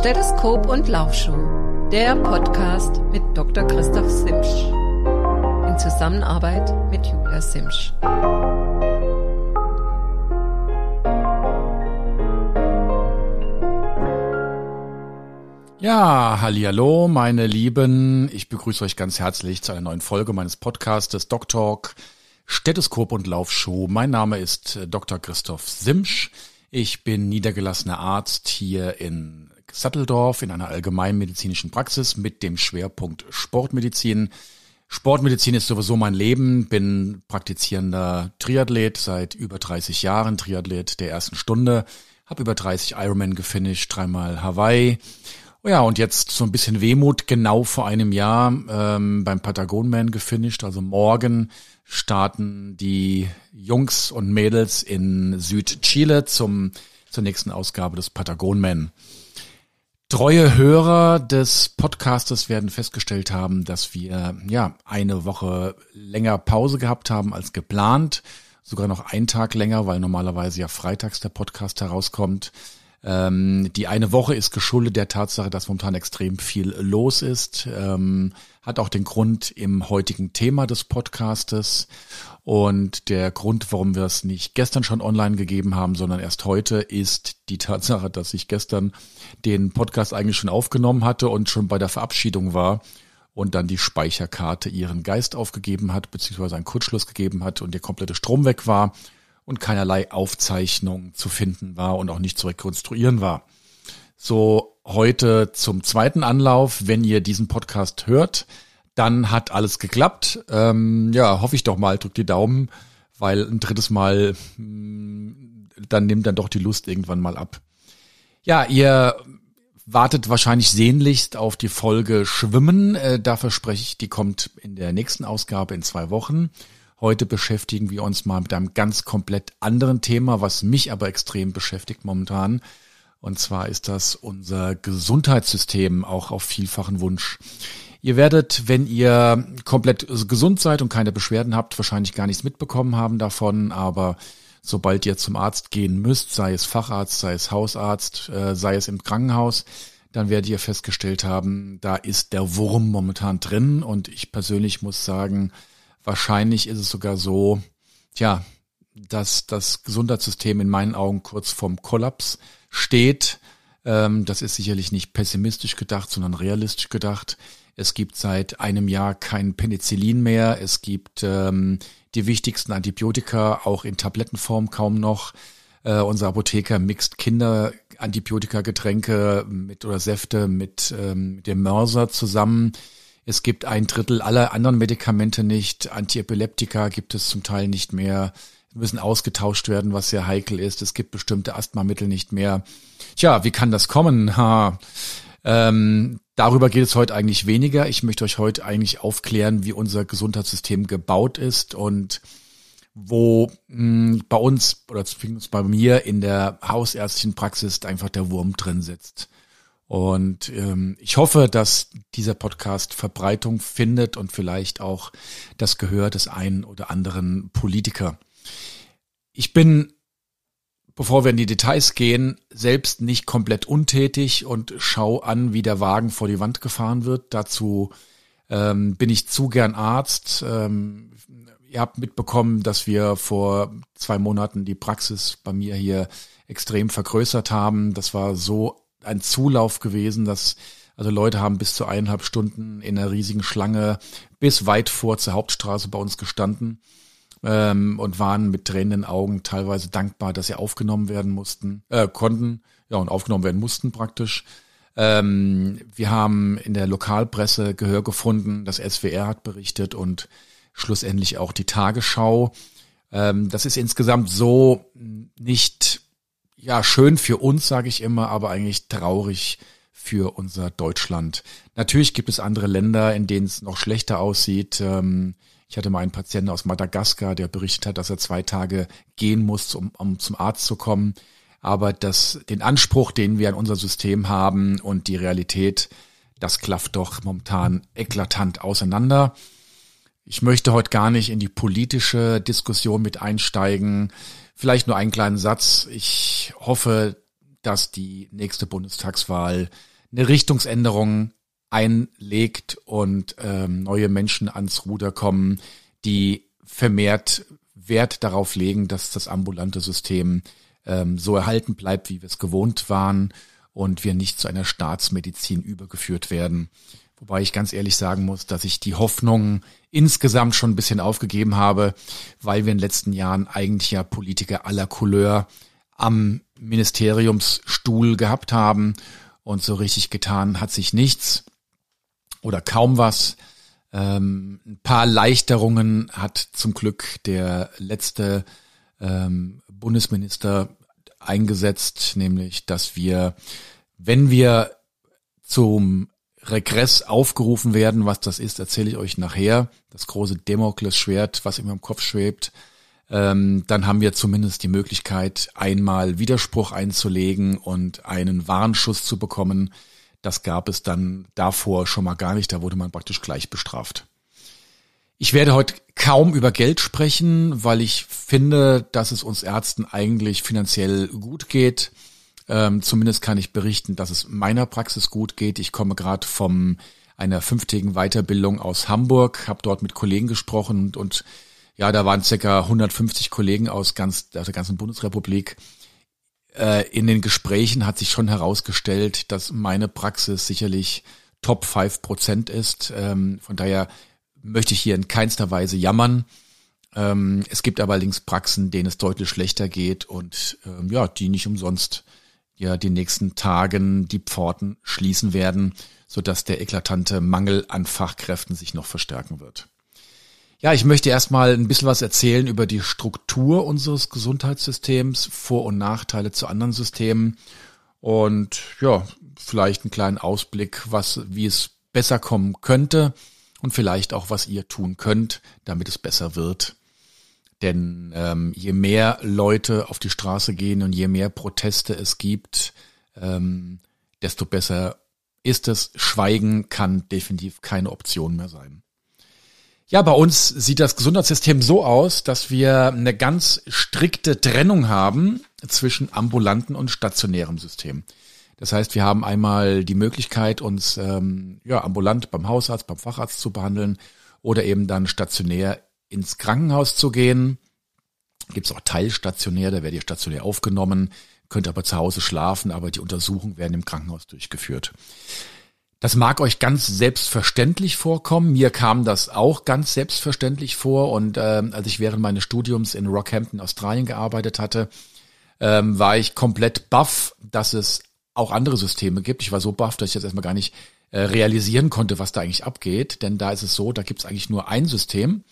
Stethoskop und Laufschuh, der Podcast mit Dr. Christoph Simsch. In Zusammenarbeit mit Julia Simsch. Ja, hallihallo, meine Lieben. Ich begrüße euch ganz herzlich zu einer neuen Folge meines Podcastes DocTalk, Stethoskop und Laufschuh. Mein Name ist Dr. Christoph Simsch. Ich bin niedergelassener Arzt hier in Satteldorf in einer allgemeinmedizinischen Praxis mit dem Schwerpunkt Sportmedizin. Sportmedizin ist sowieso mein Leben, bin praktizierender Triathlet seit über 30 Jahren, Triathlet der ersten Stunde, habe über 30 Ironman gefinisht, 3-mal Hawaii. Ja, und jetzt so ein bisschen Wehmut, genau vor einem Jahr beim Patagonman gefinisht. Also morgen starten die Jungs und Mädels in Südchile zur nächsten Ausgabe des Patagonman. Treue Hörer des Podcastes werden festgestellt haben, dass wir eine Woche länger Pause gehabt haben als geplant. Sogar noch einen Tag länger, weil normalerweise ja freitags der Podcast herauskommt. Die eine Woche ist geschuldet der Tatsache, dass momentan extrem viel los ist. Hat auch den Grund im heutigen Thema des Podcastes. Und der Grund, warum wir es nicht gestern schon online gegeben haben, sondern erst heute, ist die Tatsache, dass ich gestern den Podcast eigentlich schon aufgenommen hatte und schon bei der Verabschiedung war und dann die Speicherkarte ihren Geist aufgegeben hat, beziehungsweise einen Kurzschluss gegeben hat und der komplette Strom weg war und keinerlei Aufzeichnung zu finden war und auch nicht zu rekonstruieren war. So, heute zum zweiten Anlauf. Wenn ihr diesen Podcast hört, dann hat alles geklappt. Hoffe ich doch mal, drückt die Daumen, weil ein drittes Mal, dann nimmt dann doch die Lust irgendwann mal ab. Ja, ihr wartet wahrscheinlich sehnlichst auf die Folge Schwimmen. Da verspreche ich, die kommt in der nächsten Ausgabe in 2 Wochen. Heute beschäftigen wir uns mal mit einem ganz komplett anderen Thema, was mich aber extrem beschäftigt momentan. Und zwar ist das unser Gesundheitssystem, auch auf vielfachen Wunsch. Ihr werdet, wenn ihr komplett gesund seid und keine Beschwerden habt, wahrscheinlich gar nichts mitbekommen haben davon. Aber sobald ihr zum Arzt gehen müsst, sei es Facharzt, sei es Hausarzt, sei es im Krankenhaus, dann werdet ihr festgestellt haben, da ist der Wurm momentan drin. Und ich persönlich muss sagen, wahrscheinlich ist es sogar so, dass das Gesundheitssystem in meinen Augen kurz vorm Kollaps steht. Das ist sicherlich nicht pessimistisch gedacht, sondern realistisch gedacht. Es gibt seit einem Jahr kein Penicillin mehr. Es gibt die wichtigsten Antibiotika, auch in Tablettenform kaum noch. Unser Apotheker mixt Kinderantibiotika-Getränke oder Säfte mit dem Mörser zusammen. Es gibt 1/3 aller anderen Medikamente nicht. Antiepileptika gibt es zum Teil nicht mehr. Müssen ausgetauscht werden, was sehr heikel ist. Es gibt bestimmte Asthmamittel nicht mehr. Tja, wie kann das kommen? Darüber geht es heute eigentlich weniger. Ich möchte euch heute eigentlich aufklären, wie unser Gesundheitssystem gebaut ist und wo bei uns oder zumindest bei mir in der hausärztlichen Praxis einfach der Wurm drin sitzt. Und ich hoffe, dass dieser Podcast Verbreitung findet und vielleicht auch das Gehör des einen oder anderen Politiker. Ich bin, bevor wir in die Details gehen, selbst nicht komplett untätig und schaue an, wie der Wagen vor die Wand gefahren wird. Dazu bin ich zu gern Arzt. Ihr habt mitbekommen, dass wir vor 2 Monaten die Praxis bei mir hier extrem vergrößert haben. Das war so ein Zulauf gewesen, dass also Leute haben bis zu 1,5 Stunden in einer riesigen Schlange bis weit vor zur Hauptstraße bei uns gestanden und waren mit tränenden Augen teilweise dankbar, dass sie aufgenommen werden konnten und aufgenommen werden mussten praktisch. Wir haben in der Lokalpresse Gehör gefunden, das SWR hat berichtet und schlussendlich auch die Tagesschau. Das ist insgesamt so nicht schön für uns, sage ich immer, aber eigentlich traurig für unser Deutschland. Natürlich gibt es andere Länder, in denen es noch schlechter aussieht. Ich hatte mal einen Patienten aus Madagaskar, der berichtet hat, dass er 2 Tage gehen muss, um zum Arzt zu kommen. Aber den Anspruch, den wir an unser System haben und die Realität, das klafft doch momentan eklatant auseinander. Ich möchte heute gar nicht in die politische Diskussion mit einsteigen. Vielleicht nur einen kleinen Satz. Ich hoffe, dass die nächste Bundestagswahl eine Richtungsänderung einlegt und neue Menschen ans Ruder kommen, die vermehrt Wert darauf legen, dass das ambulante System so erhalten bleibt, wie wir es gewohnt waren und wir nicht zu einer Staatsmedizin übergeführt werden. Wobei ich ganz ehrlich sagen muss, dass ich die Hoffnung insgesamt schon ein bisschen aufgegeben habe, weil wir in den letzten Jahren eigentlich ja Politiker aller Couleur am Ministeriumsstuhl gehabt haben und so richtig getan hat sich nichts oder kaum was. Ein paar Erleichterungen hat zum Glück der letzte Bundesminister eingesetzt, nämlich dass wir, wenn wir zum Regress aufgerufen werden, was das ist, erzähle ich euch nachher, das große Damoklesschwert, was immer im Kopf schwebt, dann haben wir zumindest die Möglichkeit, einmal Widerspruch einzulegen und einen Warnschuss zu bekommen. Das gab es dann davor schon mal gar nicht, da wurde man praktisch gleich bestraft. Ich werde heute kaum über Geld sprechen, weil ich finde, dass es uns Ärzten eigentlich finanziell gut geht. Zumindest kann ich berichten, dass es meiner Praxis gut geht. Ich komme gerade von einer 5-tägigen Weiterbildung aus Hamburg, habe dort mit Kollegen gesprochen und ja, da waren ca. 150 Kollegen aus der ganzen Bundesrepublik. In den Gesprächen hat sich schon herausgestellt, dass meine Praxis sicherlich Top 5% ist. Von daher möchte ich hier in keinster Weise jammern. Es gibt aber allerdings Praxen, denen es deutlich schlechter geht und die nicht umsonst ja die nächsten Tagen die Pforten schließen werden, sodass der eklatante Mangel an Fachkräften sich noch verstärken wird. Ja, ich möchte erstmal ein bisschen was erzählen über die Struktur unseres Gesundheitssystems, Vor- und Nachteile zu anderen Systemen und ja, vielleicht einen kleinen Ausblick, wie es besser kommen könnte und vielleicht auch, was ihr tun könnt, damit es besser wird. Denn je mehr Leute auf die Straße gehen und je mehr Proteste es gibt, desto besser ist es. Schweigen kann definitiv keine Option mehr sein. Ja, bei uns sieht das Gesundheitssystem so aus, dass wir eine ganz strikte Trennung haben zwischen ambulanten und stationärem System. Das heißt, wir haben einmal die Möglichkeit, uns ambulant beim Hausarzt, beim Facharzt zu behandeln oder eben dann stationär ins Krankenhaus zu gehen. Gibt es auch teilstationär, da werdet ihr stationär aufgenommen, könnt aber zu Hause schlafen, aber die Untersuchungen werden im Krankenhaus durchgeführt. Das mag euch ganz selbstverständlich vorkommen. Mir kam das auch ganz selbstverständlich vor. Und als ich während meines Studiums in Rockhampton, Australien gearbeitet hatte, war ich komplett baff, dass es auch andere Systeme gibt. Ich war so baff, dass ich das erstmal gar nicht realisieren konnte, was da eigentlich abgeht. Denn da ist es so, da gibt es eigentlich nur ein System.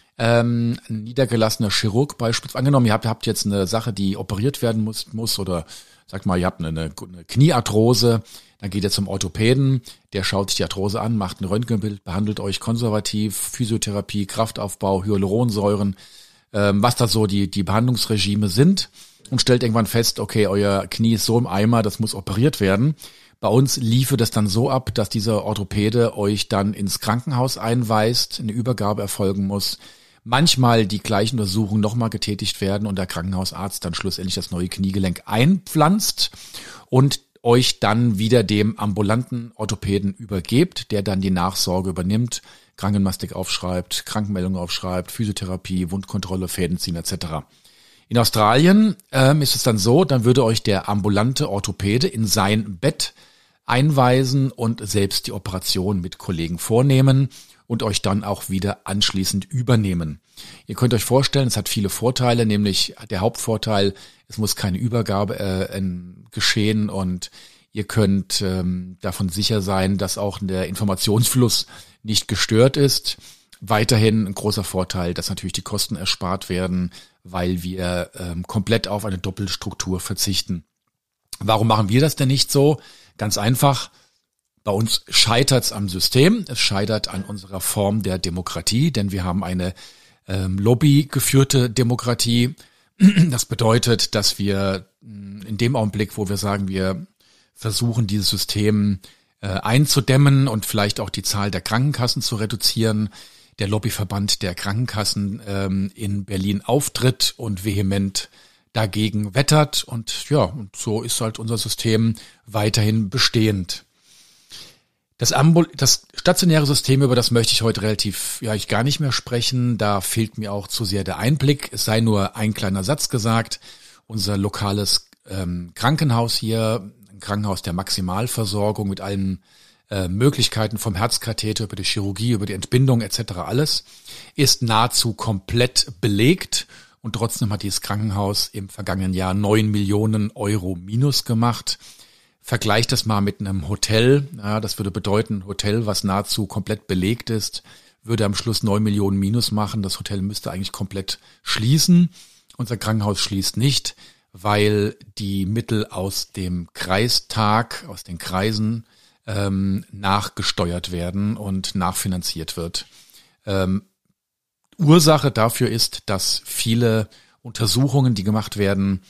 Ein niedergelassener Chirurg beispielsweise. Angenommen, ihr habt jetzt eine Sache, die operiert werden muss oder sagt mal, ihr habt eine Kniearthrose. Dann geht ihr zum Orthopäden, der schaut sich die Arthrose an, macht ein Röntgenbild, behandelt euch konservativ, Physiotherapie, Kraftaufbau, Hyaluronsäuren, was da so die Behandlungsregime sind und stellt irgendwann fest, okay, euer Knie ist so im Eimer, das muss operiert werden. Bei uns liefe das dann so ab, dass dieser Orthopäde euch dann ins Krankenhaus einweist, eine Übergabe erfolgen muss, manchmal die gleichen Untersuchungen nochmal getätigt werden und der Krankenhausarzt dann schlussendlich das neue Kniegelenk einpflanzt und euch dann wieder dem ambulanten Orthopäden übergebt, der dann die Nachsorge übernimmt, Krankenmastik aufschreibt, Krankmeldungen aufschreibt, Physiotherapie, Wundkontrolle, Fäden ziehen etc. In Australien ist es dann so, dann würde euch der ambulante Orthopäde in sein Bett einweisen und selbst die Operation mit Kollegen vornehmen und euch dann auch wieder anschließend übernehmen. Ihr könnt euch vorstellen, es hat viele Vorteile, nämlich der Hauptvorteil, es muss keine Übergabe geschehen und ihr könnt davon sicher sein, dass auch der Informationsfluss nicht gestört ist. Weiterhin ein großer Vorteil, dass natürlich die Kosten erspart werden, weil wir komplett auf eine Doppelstruktur verzichten. Warum machen wir das denn nicht so? Ganz einfach. Bei uns scheitert es am System, es scheitert an unserer Form der Demokratie, denn wir haben eine lobbygeführte Demokratie. Das bedeutet, dass wir in dem Augenblick, wo wir sagen, wir versuchen, dieses System einzudämmen und vielleicht auch die Zahl der Krankenkassen zu reduzieren, der Lobbyverband der Krankenkassen in Berlin auftritt und vehement dagegen wettert. Und ja, und so ist halt unser System weiterhin bestehend. Das stationäre System, über das möchte ich heute ich gar nicht mehr sprechen. Da fehlt mir auch zu sehr der Einblick. Es sei nur ein kleiner Satz gesagt. Unser lokales Krankenhaus hier, ein Krankenhaus der Maximalversorgung mit allen Möglichkeiten vom Herzkatheter über die Chirurgie, über die Entbindung etc. alles, ist nahezu komplett belegt. Und trotzdem hat dieses Krankenhaus im vergangenen Jahr 9 Millionen Euro Minus gemacht. Vergleicht das mal mit einem Hotel. Ja, das würde bedeuten, ein Hotel, was nahezu komplett belegt ist, würde am Schluss 9 Millionen Minus machen. Das Hotel müsste eigentlich komplett schließen. Unser Krankenhaus schließt nicht, weil die Mittel aus dem Kreistag, aus den Kreisen nachgesteuert werden und nachfinanziert wird. Ursache dafür ist, dass viele Untersuchungen, die gemacht werden,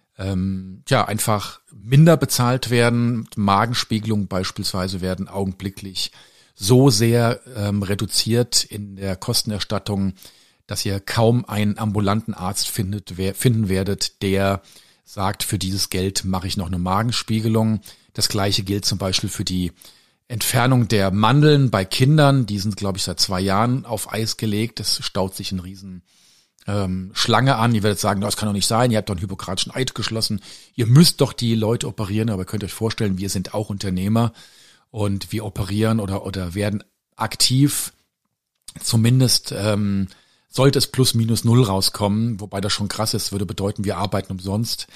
einfach minder bezahlt werden. Magenspiegelungen beispielsweise werden augenblicklich so sehr reduziert in der Kostenerstattung, dass ihr kaum einen ambulanten Arzt finden werdet, der sagt, für dieses Geld mache ich noch eine Magenspiegelung. Das Gleiche gilt zum Beispiel für die Entfernung der Mandeln bei Kindern. Die sind, glaube ich, seit 2 Jahren auf Eis gelegt. Es staut sich ein riesen Schlange an. Ihr werdet sagen, das kann doch nicht sein, ihr habt doch einen hippokratischen Eid geschlossen, ihr müsst doch die Leute operieren, aber ihr könnt euch vorstellen, wir sind auch Unternehmer und wir operieren oder werden aktiv, zumindest sollte es plus minus null rauskommen, wobei das schon krass ist, würde bedeuten, wir arbeiten umsonst,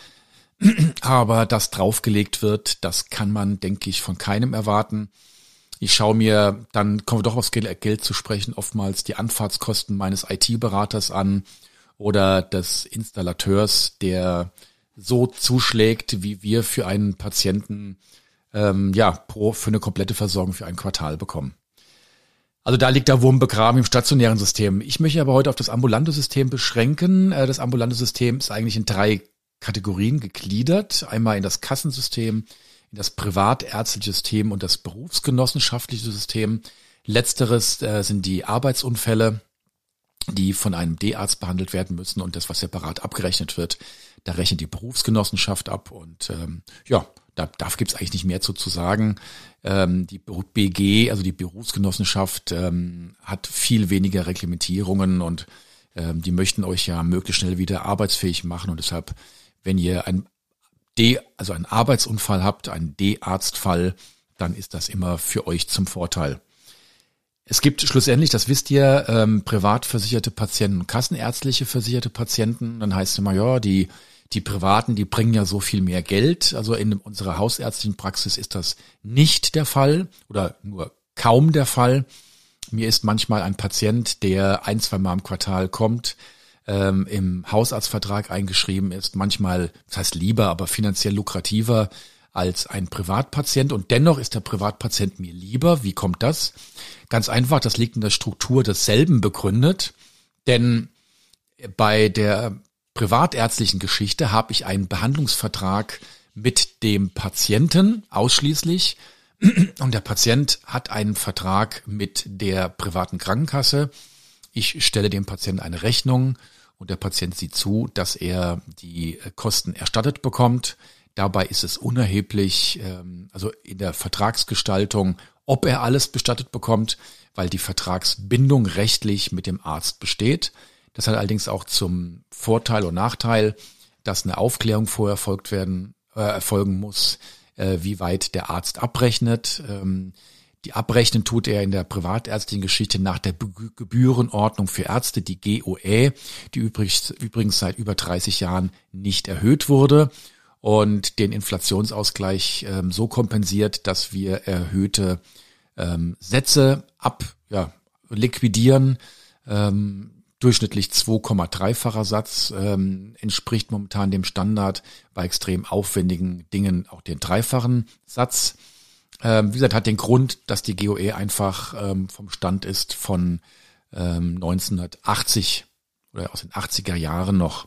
aber dass draufgelegt wird, das kann man, denke ich, von keinem erwarten. Ich schaue mir, dann kommen wir doch aufs Geld zu sprechen, oftmals die Anfahrtskosten meines IT-Beraters an oder des Installateurs, der so zuschlägt, wie wir für einen Patienten für eine komplette Versorgung für ein Quartal bekommen. Also da liegt der Wurm begraben im stationären System. Ich möchte aber heute auf das ambulante System beschränken. Das ambulante System ist eigentlich in 3 Kategorien gegliedert. Einmal in das Kassensystem, in das privatärztliche System und das berufsgenossenschaftliche System. Letzteres sind die Arbeitsunfälle, die von einem D-Arzt behandelt werden müssen und das, was separat abgerechnet wird, da rechnet die Berufsgenossenschaft ab und dafür gibt es eigentlich nicht mehr zu sagen. Die BG, also die Berufsgenossenschaft, hat viel weniger Reglementierungen und die möchten euch ja möglichst schnell wieder arbeitsfähig machen und deshalb, wenn ihr einen Arbeitsunfall habt, einen D-Arztfall, dann ist das immer für euch zum Vorteil. Es gibt schlussendlich, das wisst ihr, privat versicherte Patienten und kassenärztliche versicherte Patienten. Dann heißt es immer, ja, die Privaten, die bringen ja so viel mehr Geld. Also in unserer hausärztlichen Praxis ist das nicht der Fall oder nur kaum der Fall. Mir ist manchmal ein Patient, der 1-2 Mal im Quartal kommt, im Hausarztvertrag eingeschrieben ist, manchmal, das heißt lieber, aber finanziell lukrativer als ein Privatpatient und dennoch ist der Privatpatient mir lieber. Wie kommt das? Ganz einfach, das liegt in der Struktur desselben begründet, denn bei der privatärztlichen Geschichte habe ich einen Behandlungsvertrag mit dem Patienten ausschließlich und der Patient hat einen Vertrag mit der privaten Krankenkasse. Ich stelle dem Patienten eine Rechnung und der Patient sieht zu, dass er die Kosten erstattet bekommt. Dabei ist es unerheblich, also in der Vertragsgestaltung, ob er alles bestattet bekommt, weil die Vertragsbindung rechtlich mit dem Arzt besteht. Das hat allerdings auch zum Vorteil und Nachteil, dass eine Aufklärung vorher erfolgen muss, wie weit der Arzt abrechnet. Die abrechnen tut er in der privatärztlichen Geschichte nach der Gebührenordnung für Ärzte, die GOE, die übrigens seit über 30 Jahren nicht erhöht wurde und den Inflationsausgleich so kompensiert, dass wir erhöhte Sätze liquidieren. Durchschnittlich 2,3-facher Satz entspricht momentan dem Standard, bei extrem aufwendigen Dingen auch den 3-fachen Satz. Wie gesagt, hat den Grund, dass die GOE einfach vom Stand ist von 1980 oder aus den 80er Jahren noch.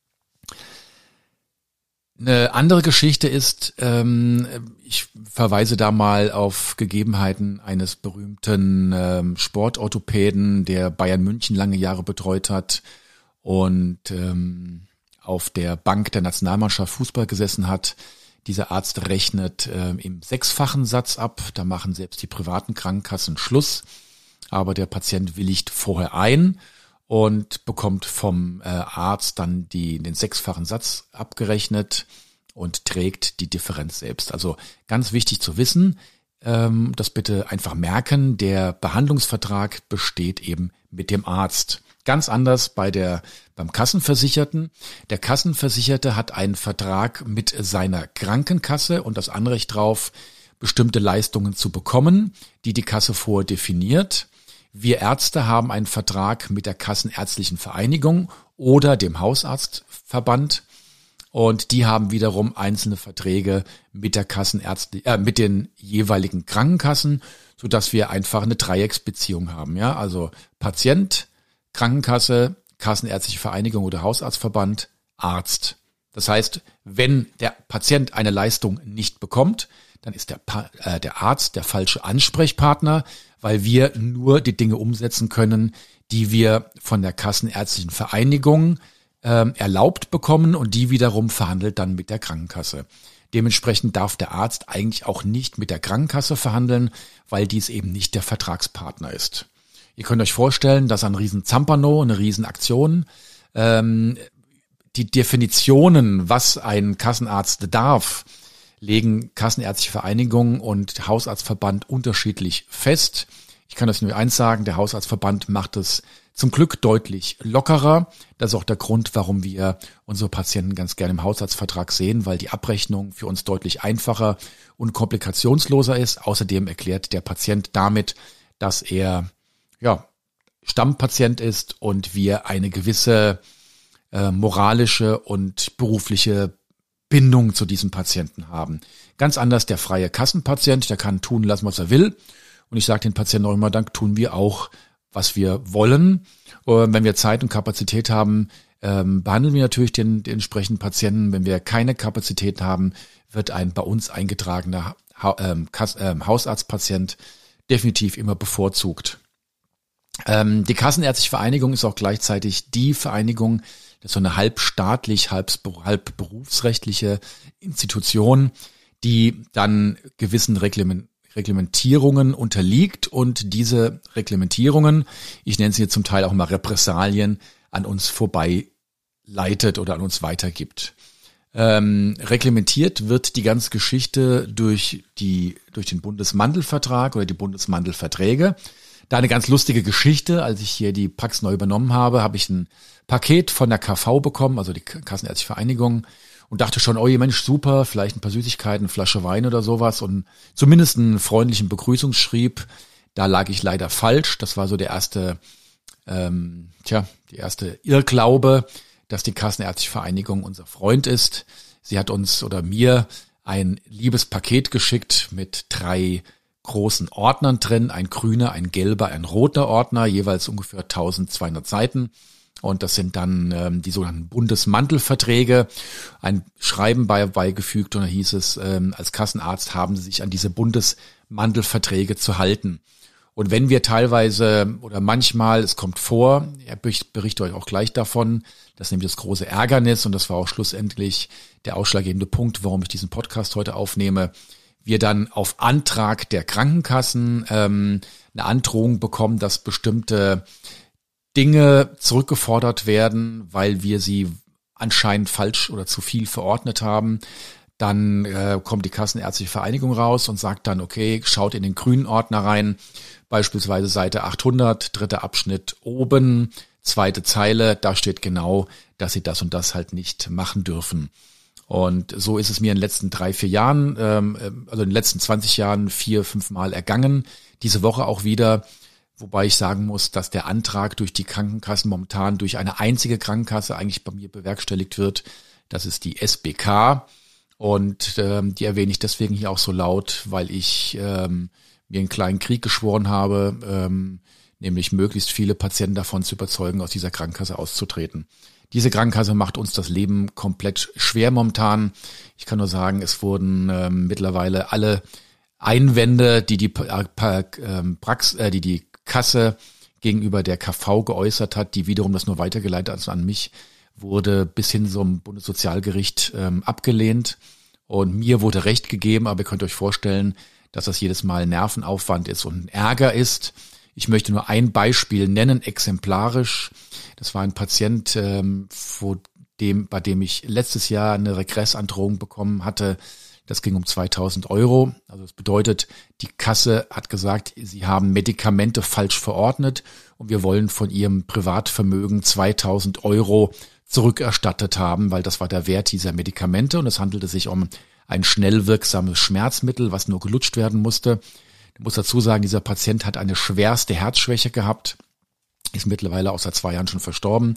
Eine andere Geschichte ist, ich verweise da mal auf Gegebenheiten eines berühmten Sportorthopäden, der Bayern München lange Jahre betreut hat und auf der Bank der Nationalmannschaft Fußball gesessen hat. Dieser Arzt rechnet im 6-fachen Satz ab. Da machen selbst die privaten Krankenkassen Schluss. Aber der Patient willigt vorher ein und bekommt vom Arzt dann den 6-fachen Satz abgerechnet und trägt die Differenz selbst. Also ganz wichtig zu wissen, das bitte einfach merken, der Behandlungsvertrag besteht eben mit dem Arzt. Ganz anders beim Kassenversicherten. Der Kassenversicherte hat einen Vertrag mit seiner Krankenkasse und das Anrecht drauf, bestimmte Leistungen zu bekommen, die die Kasse vorher definiert. Wir Ärzte haben einen Vertrag mit der Kassenärztlichen Vereinigung oder dem Hausarztverband und die haben wiederum einzelne Verträge mit der mit den jeweiligen Krankenkassen, so dass wir einfach eine Dreiecksbeziehung haben. Ja, also Patient, Krankenkasse, Kassenärztliche Vereinigung oder Hausarztverband, Arzt. Das heißt, wenn der Patient eine Leistung nicht bekommt, dann ist der Arzt der falsche Ansprechpartner, weil wir nur die Dinge umsetzen können, die wir von der Kassenärztlichen Vereinigung erlaubt bekommen und die wiederum verhandelt dann mit der Krankenkasse. Dementsprechend darf der Arzt eigentlich auch nicht mit der Krankenkasse verhandeln, weil dies eben nicht der Vertragspartner ist. Ihr könnt euch vorstellen, dass ein riesen Zampano, eine riesen Aktion, die Definitionen, was ein Kassenarzt darf, legen Kassenärztliche Vereinigung und Hausarztverband unterschiedlich fest. Ich kann euch nur eins sagen, der Hausarztverband macht es zum Glück deutlich lockerer. Das ist auch der Grund, warum wir unsere Patienten ganz gerne im Hausarztvertrag sehen, weil die Abrechnung für uns deutlich einfacher und komplikationsloser ist. Außerdem erklärt der Patient damit, dass er Stammpatient ist und wir eine gewisse moralische und berufliche Bindung zu diesem Patienten haben. Ganz anders der freie Kassenpatient, der kann tun lassen, was er will. Und ich sage den Patienten auch immer, dann tun wir auch, was wir wollen. Und wenn wir Zeit und Kapazität haben, behandeln wir natürlich den entsprechenden Patienten. Wenn wir keine Kapazität haben, wird ein bei uns eingetragener Hausarztpatient definitiv immer bevorzugt. Die Kassenärztliche Vereinigung ist auch gleichzeitig die Vereinigung, das ist so eine halb staatlich, halb berufsrechtliche Institution, die dann gewissen Reglementierungen unterliegt und diese Reglementierungen, ich nenne sie jetzt zum Teil auch mal Repressalien, an uns vorbei leitet oder an uns weitergibt. Reglementiert wird die ganze Geschichte durch den Bundesmantelvertrag oder die Bundesmantelverträge. Da eine ganz lustige Geschichte, als ich hier die Praxis neu übernommen habe, habe ich ein Paket von der KV bekommen, also die Kassenärztliche Vereinigung, und dachte schon, oh je Mensch, super, vielleicht ein paar Süßigkeiten, eine Flasche Wein oder sowas und zumindest einen freundlichen Begrüßungsschrieb. Da lag ich leider falsch. Das war so der erste Irrglaube, dass die Kassenärztliche Vereinigung unser Freund ist. Sie hat uns oder mir ein liebes Paket geschickt mit 3 großen Ordnern drin, ein grüner, ein gelber, ein roter Ordner, jeweils ungefähr 1200 Seiten. Und das sind dann die sogenannten Bundesmantelverträge, ein Schreiben beigefügt und da hieß es, als Kassenarzt haben Sie sich an diese Bundesmantelverträge zu halten. Und wenn wir teilweise oder manchmal, es kommt vor, ich berichte euch auch gleich davon, das ist nämlich das große Ärgernis und das war auch schlussendlich der ausschlaggebende Punkt, warum ich diesen Podcast heute aufnehme, wir dann auf Antrag der Krankenkassen eine Androhung bekommen, dass bestimmte Dinge zurückgefordert werden, weil wir sie anscheinend falsch oder zu viel verordnet haben. Dann kommt die Kassenärztliche Vereinigung raus und sagt dann, okay, schaut in den grünen Ordner rein, beispielsweise Seite 800, 3. Abschnitt oben, 2. Zeile, da steht genau, dass sie das und das halt nicht machen dürfen. Und so ist es mir in den letzten 3-4 Jahren, also in den letzten 20 Jahren 4-5 Mal ergangen. Diese Woche auch wieder, wobei ich sagen muss, dass der Antrag durch die Krankenkassen momentan durch eine einzige Krankenkasse eigentlich bei mir bewerkstelligt wird. Das ist die SBK. Und die erwähne ich deswegen hier auch so laut, weil ich mir einen kleinen Krieg geschworen habe, nämlich möglichst viele Patienten davon zu überzeugen, aus dieser Krankenkasse auszutreten. Diese Krankenkasse macht uns das Leben komplett schwer momentan. Ich kann nur sagen, es wurden mittlerweile alle Einwände, die die Kasse gegenüber der KV geäußert hat, die wiederum das nur weitergeleitet hat an mich, wurde bis hin zum Bundessozialgericht abgelehnt. Und mir wurde Recht gegeben, aber ihr könnt euch vorstellen, dass das jedes Mal Nervenaufwand ist und ein Ärger ist. Ich möchte nur ein Beispiel nennen, exemplarisch. Das war ein Patient, bei dem ich letztes Jahr eine Regressandrohung bekommen hatte. Das ging um 2.000 €. Also das bedeutet, die Kasse hat gesagt, sie haben Medikamente falsch verordnet und wir wollen von ihrem Privatvermögen 2.000 € zurückerstattet haben, weil das war der Wert dieser Medikamente und es handelte sich um ein schnell wirksames Schmerzmittel, was nur gelutscht werden musste. Ich muss dazu sagen, dieser Patient hat eine schwerste Herzschwäche gehabt, ist mittlerweile auch seit 2 Jahren schon verstorben,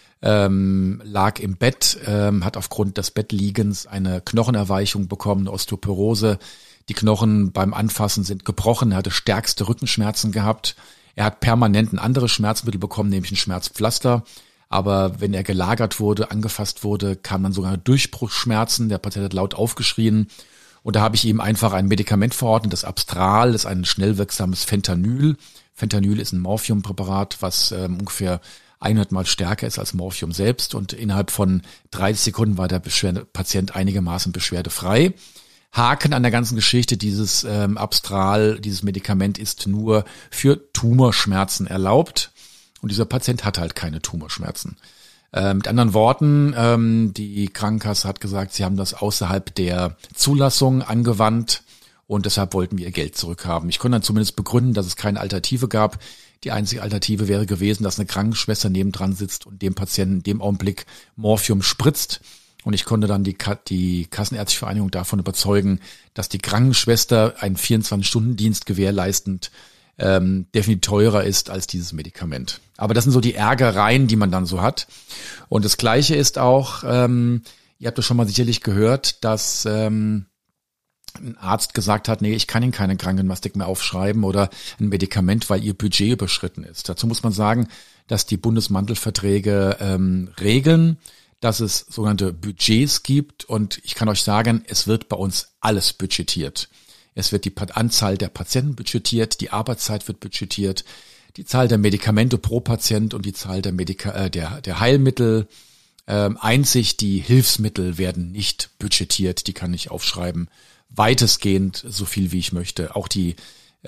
lag im Bett, hat aufgrund des Bettliegens eine Knochenerweichung bekommen, eine Osteoporose. Die Knochen beim Anfassen sind gebrochen, er hatte stärkste Rückenschmerzen gehabt. Er hat permanent ein anderes Schmerzmittel bekommen, nämlich ein Schmerzpflaster. Aber wenn er gelagert wurde, angefasst wurde, kamen dann sogar Durchbruchsschmerzen. Der Patient hat laut aufgeschrien. Und da habe ich ihm einfach ein Medikament verordnet, das Abstral, das ist ein schnell wirksames Fentanyl. Fentanyl ist ein Morphiumpräparat, was ungefähr 100 Mal stärker ist als Morphium selbst. Und innerhalb von 30 Sekunden war der Patient einigermaßen beschwerdefrei. Haken an der ganzen Geschichte, dieses Abstral, dieses Medikament ist nur für Tumorschmerzen erlaubt. Und dieser Patient hat halt keine Tumorschmerzen. Mit anderen Worten, die Krankenkasse hat gesagt, sie haben das außerhalb der Zulassung angewandt und deshalb wollten wir ihr Geld zurückhaben. Ich konnte dann zumindest begründen, dass es keine Alternative gab. Die einzige Alternative wäre gewesen, dass eine Krankenschwester nebendran sitzt und dem Patienten in dem Augenblick Morphium spritzt. Und ich konnte dann die Kassenärztliche Vereinigung davon überzeugen, dass die Krankenschwester einen 24-Stunden-Dienst gewährleistend definitiv teurer ist als dieses Medikament. Aber das sind so die Ärgereien, die man dann so hat. Und das Gleiche ist auch, ihr habt das schon mal sicherlich gehört, dass ein Arzt gesagt hat, nee, ich kann Ihnen keine Krankengymnastik mehr aufschreiben oder ein Medikament, weil Ihr Budget überschritten ist. Dazu muss man sagen, dass die Bundesmantelverträge regeln, dass es sogenannte Budgets gibt und ich kann euch sagen, es wird bei uns alles budgetiert. Es wird die Anzahl der Patienten budgetiert, die Arbeitszeit wird budgetiert, die Zahl der Medikamente pro Patient und die Zahl der der Heilmittel. Einzig die Hilfsmittel werden nicht budgetiert, die kann ich aufschreiben. Weitestgehend so viel wie ich möchte. Auch die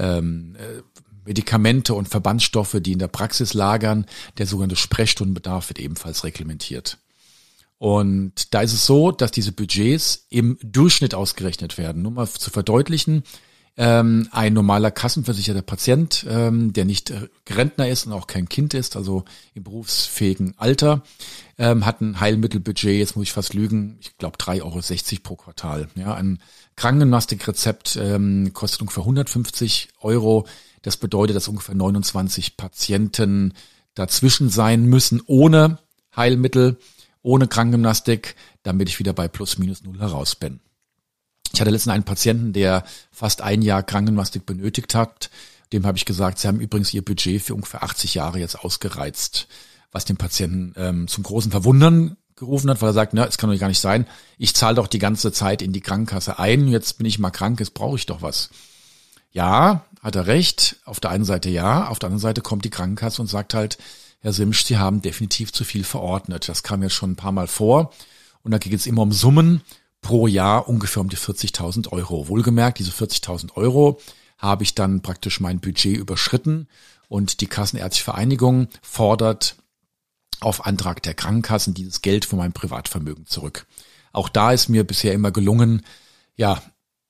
Medikamente und Verbandsstoffe, die in der Praxis lagern, der sogenannte Sprechstundenbedarf wird ebenfalls reglementiert. Und da ist es so, dass diese Budgets im Durchschnitt ausgerechnet werden. Nur mal zu verdeutlichen, ein normaler kassenversicherter Patient, der nicht Rentner ist und auch kein Kind ist, also im berufsfähigen Alter, hat ein Heilmittelbudget, jetzt muss ich fast lügen, ich glaube 3,60 € pro Quartal. Ja, ein Krankengymnastikrezept kostet ungefähr 150 €. Das bedeutet, dass ungefähr 29 Patienten dazwischen sein müssen, ohne Heilmittel, ohne Krankengymnastik, damit ich wieder bei plus minus null heraus bin. Ich hatte letztens einen Patienten, der fast 1 Jahr Krankengymnastik benötigt hat. Dem habe ich gesagt, sie haben übrigens ihr Budget für ungefähr 80 Jahre jetzt ausgereizt, was den Patienten zum großen Verwundern gerufen hat, weil er sagt, na, es kann doch gar nicht sein, ich zahle doch die ganze Zeit in die Krankenkasse ein, jetzt bin ich mal krank, jetzt brauche ich doch was. Ja, hat er recht, auf der einen Seite ja, auf der anderen Seite kommt die Krankenkasse und sagt halt, Herr Simsch, Sie haben definitiv zu viel verordnet. Das kam jetzt schon ein paar Mal vor und da geht es immer um Summen pro Jahr ungefähr um die 40.000 €. Wohlgemerkt, diese 40.000 € habe ich dann praktisch mein Budget überschritten und die Kassenärztliche Vereinigung fordert auf Antrag der Krankenkassen dieses Geld von meinem Privatvermögen zurück. Auch da ist mir bisher immer gelungen, ja,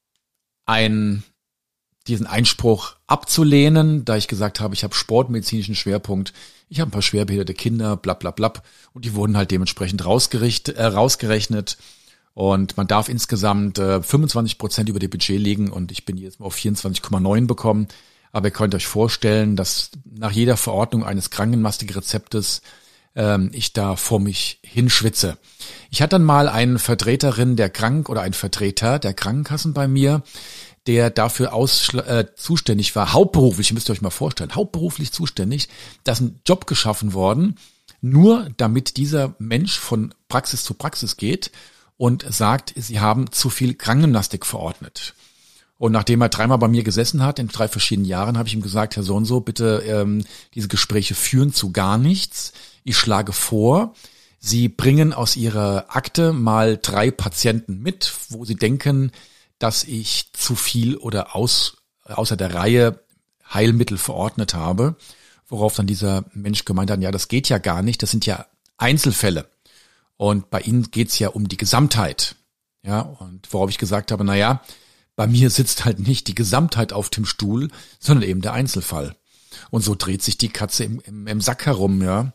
diesen Einspruch abzulehnen, da ich gesagt habe, ich habe sportmedizinischen Schwerpunkt, ich habe ein paar schwerbehinderte Kinder, bla bla bla, und die wurden halt dementsprechend rausgerechnet und man darf insgesamt 25% über die Budget legen und ich bin jetzt mal auf 24,9 bekommen, aber ihr könnt euch vorstellen, dass nach jeder Verordnung eines Krankengymnastikrezeptes ich da vor mich hinschwitze. Ich hatte dann mal einen Vertreter der Krankenkassen bei mir, der dafür zuständig war, hauptberuflich, müsst ihr euch mal vorstellen, hauptberuflich zuständig, da ist ein Job geschaffen worden, nur damit dieser Mensch von Praxis zu Praxis geht und sagt, sie haben zu viel Krankengymnastik verordnet. Und nachdem er 3-mal bei mir gesessen hat, in 3 verschiedenen Jahren, habe ich ihm gesagt, Herr so und so, bitte diese Gespräche führen zu gar nichts. Ich schlage vor, Sie bringen aus Ihrer Akte mal 3 Patienten mit, wo Sie denken, dass ich zu viel oder außer der Reihe Heilmittel verordnet habe, worauf dann dieser Mensch gemeint hat, ja, das geht ja gar nicht, das sind ja Einzelfälle. Und bei Ihnen geht's ja um die Gesamtheit. Ja, und worauf ich gesagt habe, naja, bei mir sitzt halt nicht die Gesamtheit auf dem Stuhl, sondern eben der Einzelfall. Und so dreht sich die Katze im Sack herum, ja.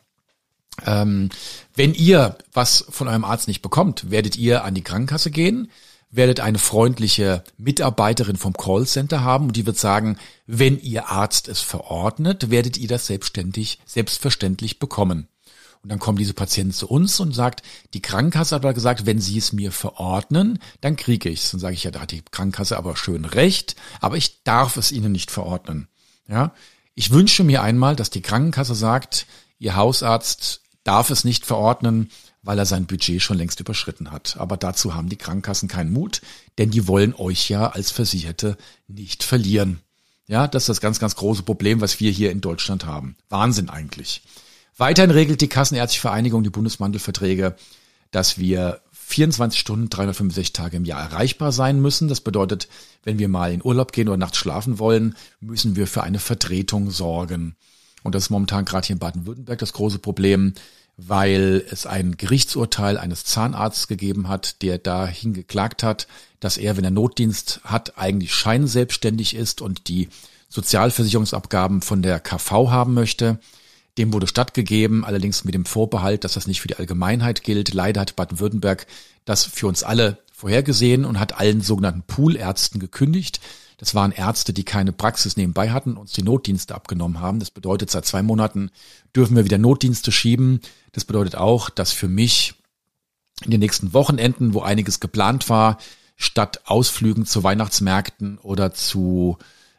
Wenn ihr was von eurem Arzt nicht bekommt, werdet ihr an die Krankenkasse gehen, werdet eine freundliche Mitarbeiterin vom Callcenter haben und die wird sagen, wenn Ihr Arzt es verordnet, werdet ihr das selbstverständlich bekommen. Und dann kommen diese Patienten zu uns und sagt, die Krankenkasse hat aber gesagt, wenn Sie es mir verordnen, dann kriege ich es. Dann sage ich, ja, da hat die Krankenkasse aber schön recht, aber ich darf es Ihnen nicht verordnen. Ja, ich wünsche mir einmal, dass die Krankenkasse sagt, Ihr Hausarzt darf es nicht verordnen, weil er sein Budget schon längst überschritten hat. Aber dazu haben die Krankenkassen keinen Mut, denn die wollen euch ja als Versicherte nicht verlieren. Ja, das ist das ganz, ganz große Problem, was wir hier in Deutschland haben. Wahnsinn eigentlich. Weiterhin regelt die Kassenärztliche Vereinigung, die Bundesmantelverträge, dass wir 24 Stunden, 365 Tage im Jahr erreichbar sein müssen. Das bedeutet, wenn wir mal in Urlaub gehen oder nachts schlafen wollen, müssen wir für eine Vertretung sorgen. Und das ist momentan gerade hier in Baden-Württemberg das große Problem, weil es ein Gerichtsurteil eines Zahnarztes gegeben hat, der dahin geklagt hat, dass er, wenn er Notdienst hat, eigentlich scheinselbstständig ist und die Sozialversicherungsabgaben von der KV haben möchte. Dem wurde stattgegeben, allerdings mit dem Vorbehalt, dass das nicht für die Allgemeinheit gilt. Leider hat Baden-Württemberg das für uns alle vorhergesehen und hat allen sogenannten Poolärzten gekündigt. Das waren Ärzte, die keine Praxis nebenbei hatten, uns die Notdienste abgenommen haben. Das bedeutet, seit 2 Monaten dürfen wir wieder Notdienste schieben. Das bedeutet auch, dass für mich in den nächsten Wochenenden, wo einiges geplant war, statt Ausflügen zu Weihnachtsmärkten oder zu,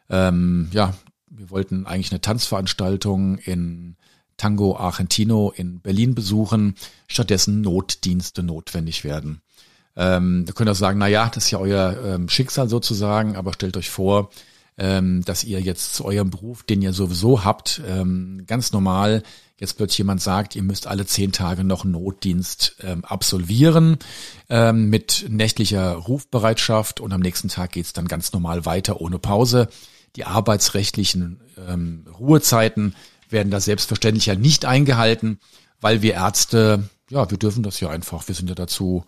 wir wollten eigentlich eine Tanzveranstaltung in Tango Argentino in Berlin besuchen, stattdessen Notdienste notwendig werden. Da könnt ihr sagen, na ja, das ist ja euer Schicksal sozusagen, aber stellt euch vor, dass ihr jetzt zu eurem Beruf, den ihr sowieso habt, ganz normal jetzt plötzlich jemand sagt, ihr müsst alle 10 Tage noch Notdienst absolvieren mit nächtlicher Rufbereitschaft und am nächsten Tag geht's dann ganz normal weiter ohne Pause. Die arbeitsrechtlichen Ruhezeiten werden da selbstverständlich ja nicht eingehalten, weil wir Ärzte, ja, wir dürfen das ja einfach, wir sind ja dazu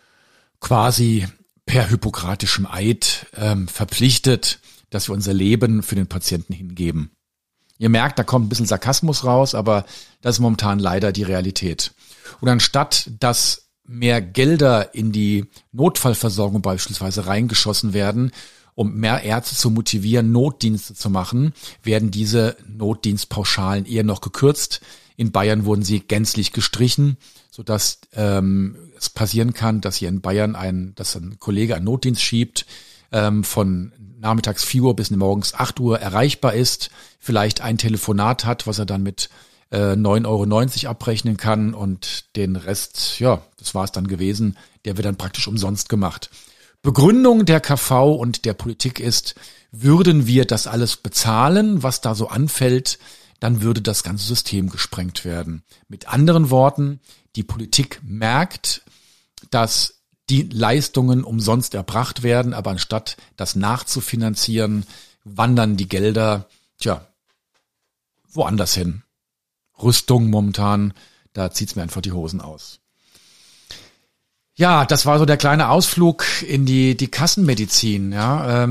quasi per hippokratischem Eid verpflichtet, dass wir unser Leben für den Patienten hingeben. Ihr merkt, da kommt ein bisschen Sarkasmus raus, aber das ist momentan leider die Realität. Und anstatt, dass mehr Gelder in die Notfallversorgung beispielsweise reingeschossen werden, um mehr Ärzte zu motivieren, Notdienste zu machen, werden diese Notdienstpauschalen eher noch gekürzt. In Bayern wurden sie gänzlich gestrichen, sodass es passieren kann, dass hier in Bayern dass ein Kollege einen Notdienst schiebt, von nachmittags 4 Uhr bis morgens 8 Uhr erreichbar ist, vielleicht ein Telefonat hat, was er dann mit 9,90 € abrechnen kann und den Rest, ja, das war es dann gewesen, der wird dann praktisch umsonst gemacht. Begründung der KV und der Politik ist, würden wir das alles bezahlen, was da so anfällt, dann würde das ganze System gesprengt werden. Mit anderen Worten, die Politik merkt, dass die Leistungen umsonst erbracht werden, aber anstatt das nachzufinanzieren, wandern die Gelder, woanders hin. Rüstung momentan, da zieht's mir einfach die Hosen aus. Ja, das war so der kleine Ausflug in die Kassenmedizin. Ja,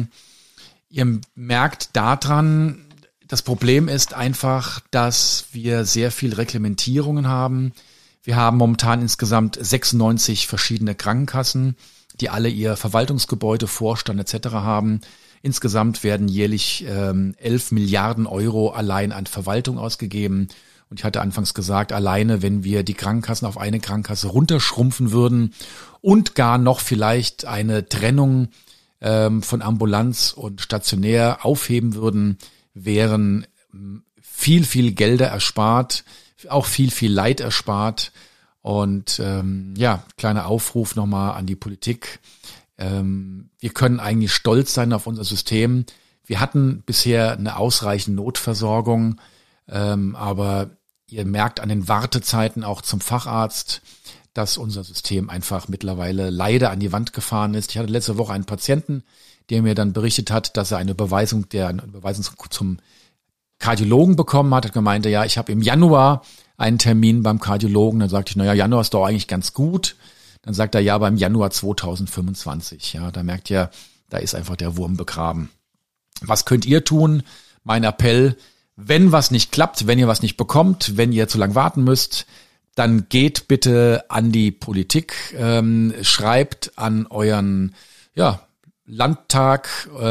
ihr merkt daran, das Problem ist einfach, dass wir sehr viel Reglementierungen haben. Wir haben momentan insgesamt 96 verschiedene Krankenkassen, die alle ihr Verwaltungsgebäude, Vorstand etc. haben. Insgesamt werden jährlich 11 Milliarden € allein an Verwaltung ausgegeben. Und ich hatte anfangs gesagt, alleine wenn wir die Krankenkassen auf eine Krankenkasse runterschrumpfen würden und gar noch vielleicht eine Trennung von Ambulanz und Stationär aufheben würden, wären viel, viel Gelder erspart, auch viel, viel Leid erspart. Und kleiner Aufruf nochmal an die Politik. Wir können eigentlich stolz sein auf unser System. Wir hatten bisher eine ausreichende Notversorgung, aber ihr merkt an den Wartezeiten auch zum Facharzt, dass unser System einfach mittlerweile leider an die Wand gefahren ist. Ich hatte letzte Woche einen Patienten, der mir dann berichtet hat, dass er eine Überweisung zum Kardiologen bekommen hat. Er meinte, ja, ich habe im Januar einen Termin beim Kardiologen. Dann sagte ich, naja, Januar ist doch eigentlich ganz gut. Dann sagt er, ja, beim Januar 2025. Ja, da merkt ihr, da ist einfach der Wurm begraben. Was könnt ihr tun? Mein Appell, wenn was nicht klappt, wenn ihr was nicht bekommt, wenn ihr zu lang warten müsst, dann geht bitte an die Politik, schreibt an euren Landtag,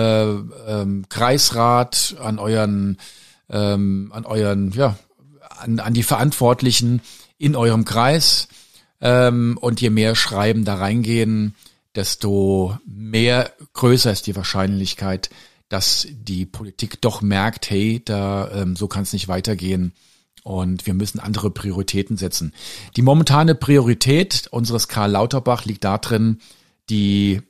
Kreisrat, an die Verantwortlichen in eurem Kreis. Und je mehr Schreiben da reingehen, desto größer ist die Wahrscheinlichkeit, dass die Politik doch merkt, hey, so kann es nicht weitergehen. Und wir müssen andere Prioritäten setzen. Die momentane Priorität unseres Karl Lauterbach liegt darin, jetzt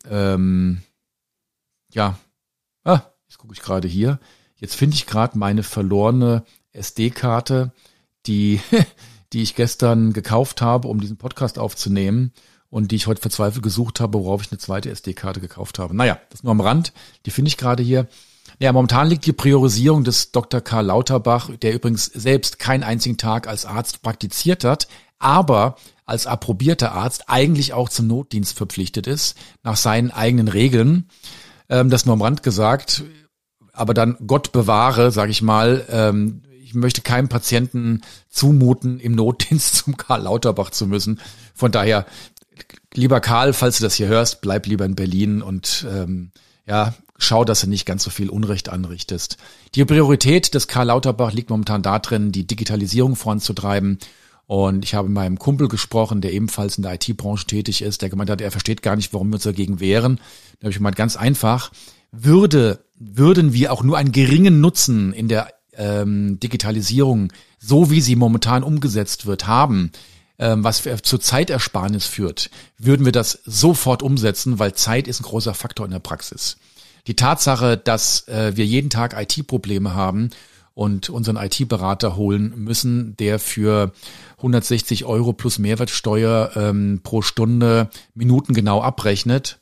gucke ich gerade hier, jetzt finde ich gerade meine verlorene SD-Karte, die ich gestern gekauft habe, um diesen Podcast aufzunehmen und die ich heute verzweifelt gesucht habe, worauf ich eine zweite SD-Karte gekauft habe. Naja, das nur am Rand, die finde ich gerade hier. Ja, momentan liegt die Priorisierung des Dr. Karl Lauterbach, der übrigens selbst keinen einzigen Tag als Arzt praktiziert hat, aber als approbierter Arzt eigentlich auch zum Notdienst verpflichtet ist, nach seinen eigenen Regeln. Das nur am Rand gesagt, aber dann Gott bewahre, sage ich mal, ich möchte keinem Patienten zumuten, im Notdienst zum Karl Lauterbach zu müssen. Von daher, lieber Karl, falls du das hier hörst, bleib lieber in Berlin und schau, dass du nicht ganz so viel Unrecht anrichtest. Die Priorität des Karl Lauterbach liegt momentan darin, die Digitalisierung voranzutreiben. Und ich habe mit meinem Kumpel gesprochen, der ebenfalls in der IT-Branche tätig ist, der gemeint hat, er versteht gar nicht, warum wir uns dagegen wehren. Da habe ich gemeint, ganz einfach, würden wir auch nur einen geringen Nutzen in der Digitalisierung, so wie sie momentan umgesetzt wird, haben, was zur Zeitersparnis führt, würden wir das sofort umsetzen, weil Zeit ist ein großer Faktor in der Praxis. Die Tatsache, dass wir jeden Tag IT-Probleme haben und unseren IT-Berater holen müssen, der für 160 € plus Mehrwertsteuer pro Stunde minutengenau abrechnet.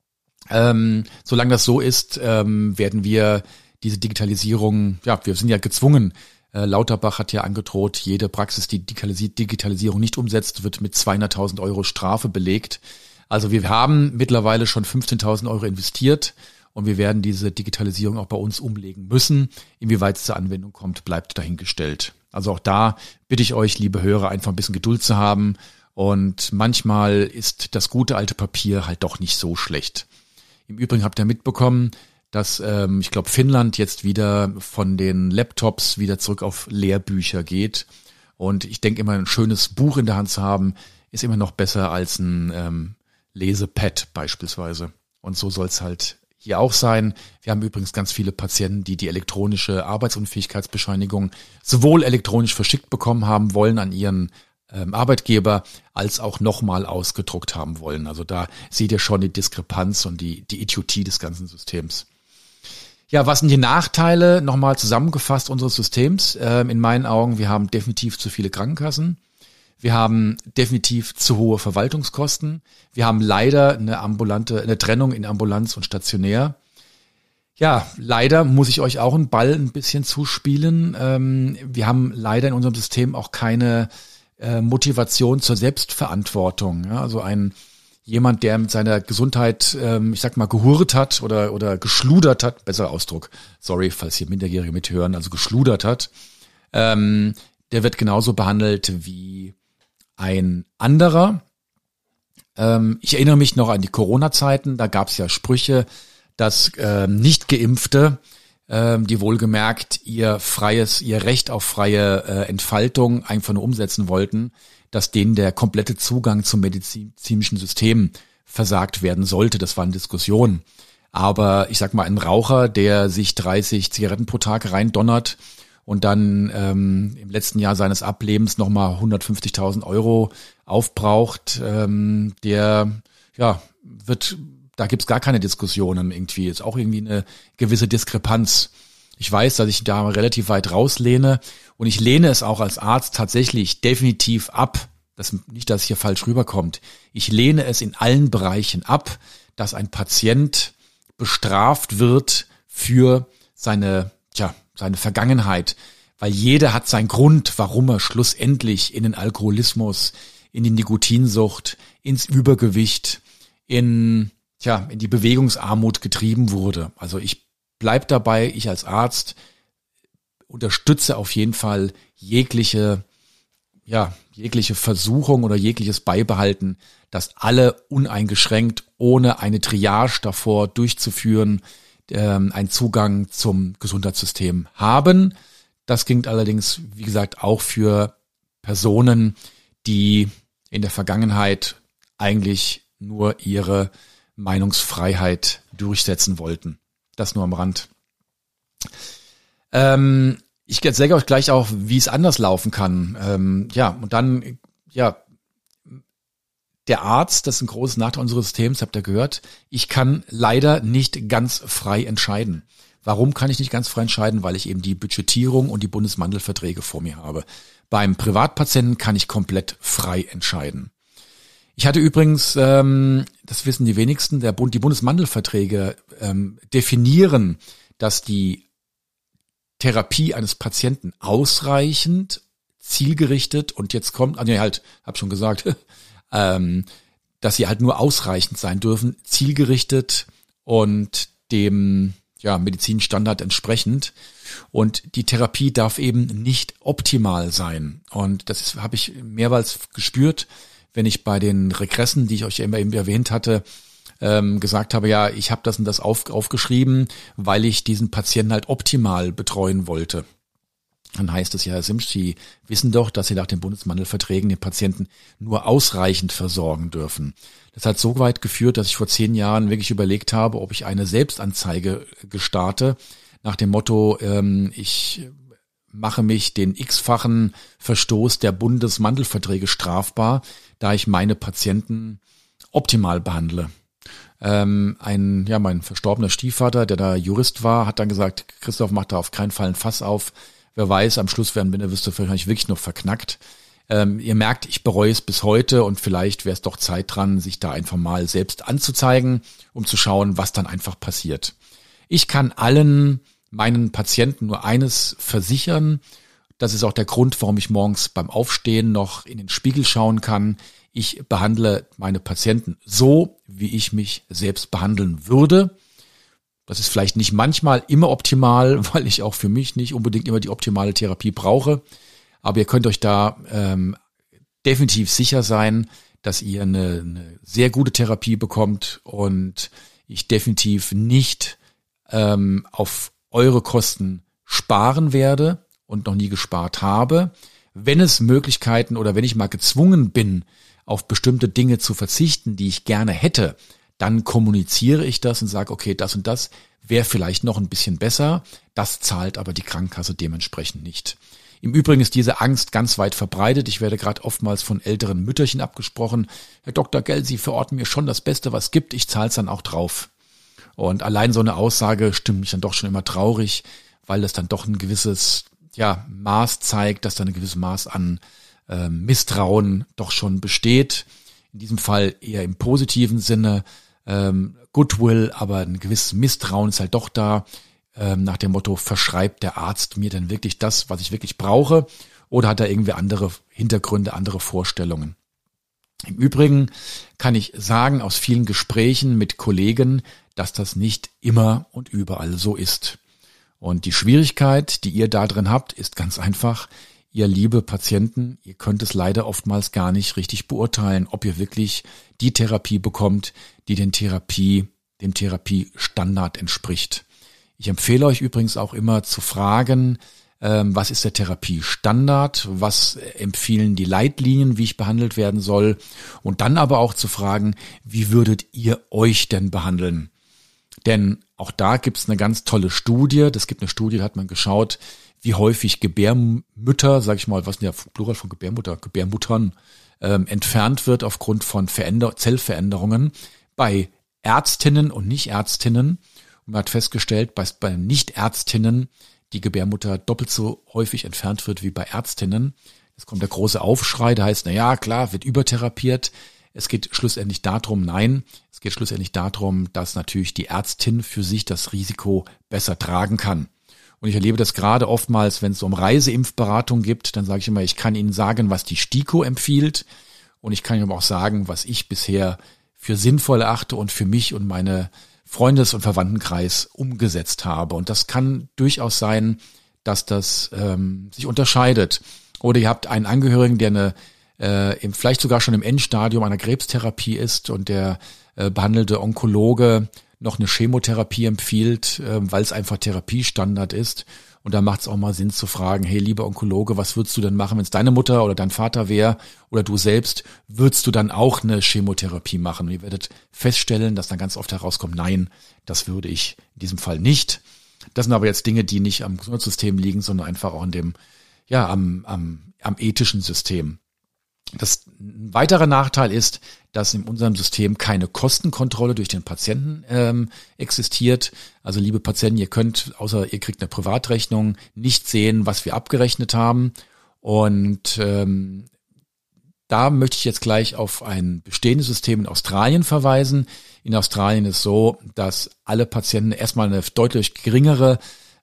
Solange das so ist, werden wir diese Digitalisierung, wir sind ja gezwungen. Lauterbach hat ja angedroht, jede Praxis, die Digitalisierung nicht umsetzt, wird mit 200.000 € Strafe belegt. Also wir haben mittlerweile schon 15.000 € investiert. Und wir werden diese Digitalisierung auch bei uns umlegen müssen. Inwieweit es zur Anwendung kommt, bleibt dahingestellt. Also auch da bitte ich euch, liebe Hörer, einfach ein bisschen Geduld zu haben. Und manchmal ist das gute alte Papier halt doch nicht so schlecht. Im Übrigen habt ihr mitbekommen, dass ich glaube Finnland jetzt wieder von den Laptops wieder zurück auf Lehrbücher geht. Und ich denke immer, ein schönes Buch in der Hand zu haben, ist immer noch besser als ein Lesepad beispielsweise. Und so soll es halt hier auch sein. Wir haben übrigens ganz viele Patienten, die elektronische Arbeitsunfähigkeitsbescheinigung sowohl elektronisch verschickt bekommen haben wollen an ihren Arbeitgeber, als auch nochmal ausgedruckt haben wollen. Also da seht ihr schon die Diskrepanz und die Idiotie des ganzen Systems. Ja, was sind die Nachteile? Nochmal zusammengefasst unseres Systems. In meinen Augen, wir haben definitiv zu viele Krankenkassen. Wir haben definitiv zu hohe Verwaltungskosten. Wir haben leider eine Trennung in Ambulanz und stationär. Ja, leider muss ich euch auch einen Ball ein bisschen zuspielen. Wir haben leider in unserem System auch keine Motivation zur Selbstverantwortung. Ja, also jemand, der mit seiner Gesundheit, gehurt hat oder geschludert hat, besserer Ausdruck, sorry, falls hier Minderjährige mithören, also geschludert hat, der wird genauso behandelt wie ein anderer. Ich erinnere mich noch an die Corona-Zeiten, da gab es ja Sprüche, dass Nicht-Geimpfte, die wohlgemerkt ihr Recht auf freie Entfaltung einfach nur umsetzen wollten, dass denen der komplette Zugang zum medizinischen System versagt werden sollte. Das war eine Diskussion. Aber ich sag mal, ein Raucher, der sich 30 Zigaretten pro Tag reindonnert und dann im letzten Jahr seines Ablebens nochmal 150.000 € aufbraucht, da gibt's gar keine Diskussionen irgendwie. Ist auch irgendwie eine gewisse Diskrepanz. Ich weiß, dass ich da relativ weit rauslehne und ich lehne es auch als Arzt tatsächlich definitiv ab, nicht, dass es hier falsch rüberkommt. Ich lehne es in allen Bereichen ab, dass ein Patient bestraft wird für seine Vergangenheit, weil jeder hat seinen Grund, warum er schlussendlich in den Alkoholismus, in die Nikotinsucht, ins Übergewicht, in die Bewegungsarmut getrieben wurde. Also ich bleib dabei, ich als Arzt unterstütze auf jeden Fall jegliche Versuchung oder jegliches Beibehalten, dass alle uneingeschränkt, ohne eine Triage davor durchzuführen, einen Zugang zum Gesundheitssystem haben. Das gilt allerdings, wie gesagt, auch für Personen, die in der Vergangenheit eigentlich nur ihre Meinungsfreiheit durchsetzen wollten. Das nur am Rand. Ich erzähle euch gleich auch, wie es anders laufen kann. Und dann, der Arzt, das ist ein großes Nachteil unseres Systems, habt ihr gehört. Ich kann leider nicht ganz frei entscheiden. Warum kann ich nicht ganz frei entscheiden? Weil ich eben die Budgetierung und die Bundesmantelverträge vor mir habe. Beim Privatpatienten kann ich komplett frei entscheiden. Ich hatte übrigens, das wissen die wenigsten, die Bundesmantelverträge definieren, dass die Therapie eines Patienten ausreichend, zielgerichtet und jetzt kommt, hab schon gesagt, dass sie halt nur ausreichend sein dürfen, zielgerichtet und dem Medizinstandard entsprechend. Und die Therapie darf eben nicht optimal sein. Und das habe ich mehrmals gespürt, wenn ich bei den Regressen, die ich euch eben erwähnt hatte, gesagt habe, ja, ich habe das und das aufgeschrieben, weil ich diesen Patienten halt optimal betreuen wollte. Dann heißt es ja, Herr Simsch, Sie wissen doch, dass Sie nach den Bundesmantelverträgen den Patienten nur ausreichend versorgen dürfen. Das hat so weit geführt, dass ich vor 10 Jahren wirklich überlegt habe, ob ich eine Selbstanzeige gestarte, nach dem Motto, ich mache mich den x-fachen Verstoß der Bundesmantelverträge strafbar, da ich meine Patienten optimal behandle. Mein verstorbener Stiefvater, der da Jurist war, hat dann gesagt, Christoph, mach da auf keinen Fall ein Fass auf. Wer weiß, am Schluss wirst du wahrscheinlich wirklich noch verknackt. Ihr merkt, ich bereue es bis heute und vielleicht wäre es doch Zeit dran, sich da einfach mal selbst anzuzeigen, um zu schauen, was dann einfach passiert. Ich kann allen meinen Patienten nur eines versichern. Das ist auch der Grund, warum ich morgens beim Aufstehen noch in den Spiegel schauen kann. Ich behandle meine Patienten so, wie ich mich selbst behandeln würde. Das ist vielleicht nicht manchmal immer optimal, weil ich auch für mich nicht unbedingt immer die optimale Therapie brauche. Aber ihr könnt euch da definitiv sicher sein, dass ihr eine sehr gute Therapie bekommt und ich definitiv nicht auf eure Kosten sparen werde und noch nie gespart habe. Wenn es Möglichkeiten oder wenn ich mal gezwungen bin, auf bestimmte Dinge zu verzichten, die ich gerne hätte, dann kommuniziere ich das und sage, okay, das und das wäre vielleicht noch ein bisschen besser. Das zahlt aber die Krankenkasse dementsprechend nicht. Im Übrigen ist diese Angst ganz weit verbreitet. Ich werde gerade oftmals von älteren Mütterchen abgesprochen. Herr Dr. Gell, Sie verorten mir schon das Beste, was es gibt. Ich zahle es dann auch drauf. Und allein so eine Aussage stimmt mich dann doch schon immer traurig, weil das dann doch ein gewisses Maß zeigt, dass da ein gewisses Maß an Misstrauen doch schon besteht. In diesem Fall eher im positiven Sinne. Goodwill, aber ein gewisses Misstrauen ist halt doch da. Nach dem Motto, verschreibt der Arzt mir denn wirklich das, was ich wirklich brauche? Oder hat er irgendwie andere Hintergründe, andere Vorstellungen? Im Übrigen kann ich sagen, aus vielen Gesprächen mit Kollegen, dass das nicht immer und überall so ist. Und die Schwierigkeit, die ihr da drin habt, ist ganz einfach, ihr liebe Patienten, ihr könnt es leider oftmals gar nicht richtig beurteilen, ob ihr wirklich die Therapie bekommt, die dem Therapiestandard entspricht. Ich empfehle euch übrigens auch immer zu fragen, was ist der Therapiestandard, was empfehlen die Leitlinien, wie ich behandelt werden soll und dann aber auch zu fragen, wie würdet ihr euch denn behandeln? Denn auch da gibt es eine ganz tolle Studie, da hat man geschaut, wie häufig Gebärmütter, sag ich mal, was ist der Plural von Gebärmuttern, entfernt wird aufgrund von Zellveränderungen bei Ärztinnen und Nicht-Ärztinnen. Und man hat festgestellt, bei Nichtärztinnen die Gebärmutter doppelt so häufig entfernt wird wie bei Ärztinnen. Jetzt kommt der große Aufschrei, da heißt, na ja, klar, wird übertherapiert. Es geht schlussendlich darum, dass natürlich die Ärztin für sich das Risiko besser tragen kann. Und ich erlebe das gerade oftmals, wenn es um Reiseimpfberatung gibt, dann sage ich immer, ich kann Ihnen sagen, was die STIKO empfiehlt. Und ich kann Ihnen aber auch sagen, was ich bisher für sinnvoll erachte und für mich und meine Freundes- und Verwandtenkreis umgesetzt habe. Und das kann durchaus sein, dass das sich unterscheidet. Oder ihr habt einen Angehörigen, der vielleicht sogar schon im Endstadium einer Krebstherapie ist und der behandelte Onkologe noch eine Chemotherapie empfiehlt, weil es einfach Therapiestandard ist. Und da macht es auch mal Sinn zu fragen, hey, lieber Onkologe, was würdest du denn machen, wenn es deine Mutter oder dein Vater wäre oder du selbst, würdest du dann auch eine Chemotherapie machen? Und ihr werdet feststellen, dass dann ganz oft herauskommt, nein, das würde ich in diesem Fall nicht. Das sind aber jetzt Dinge, die nicht am Gesundheitssystem liegen, sondern einfach auch in dem, am ethischen System. Ein weiterer Nachteil ist, dass in unserem System keine Kostenkontrolle durch den Patienten existiert. Also liebe Patienten, ihr könnt, außer ihr kriegt eine Privatrechnung, nicht sehen, was wir abgerechnet haben. Und da möchte ich jetzt gleich auf ein bestehendes System in Australien verweisen. In Australien ist so, dass alle Patienten erstmal eine deutlich geringeren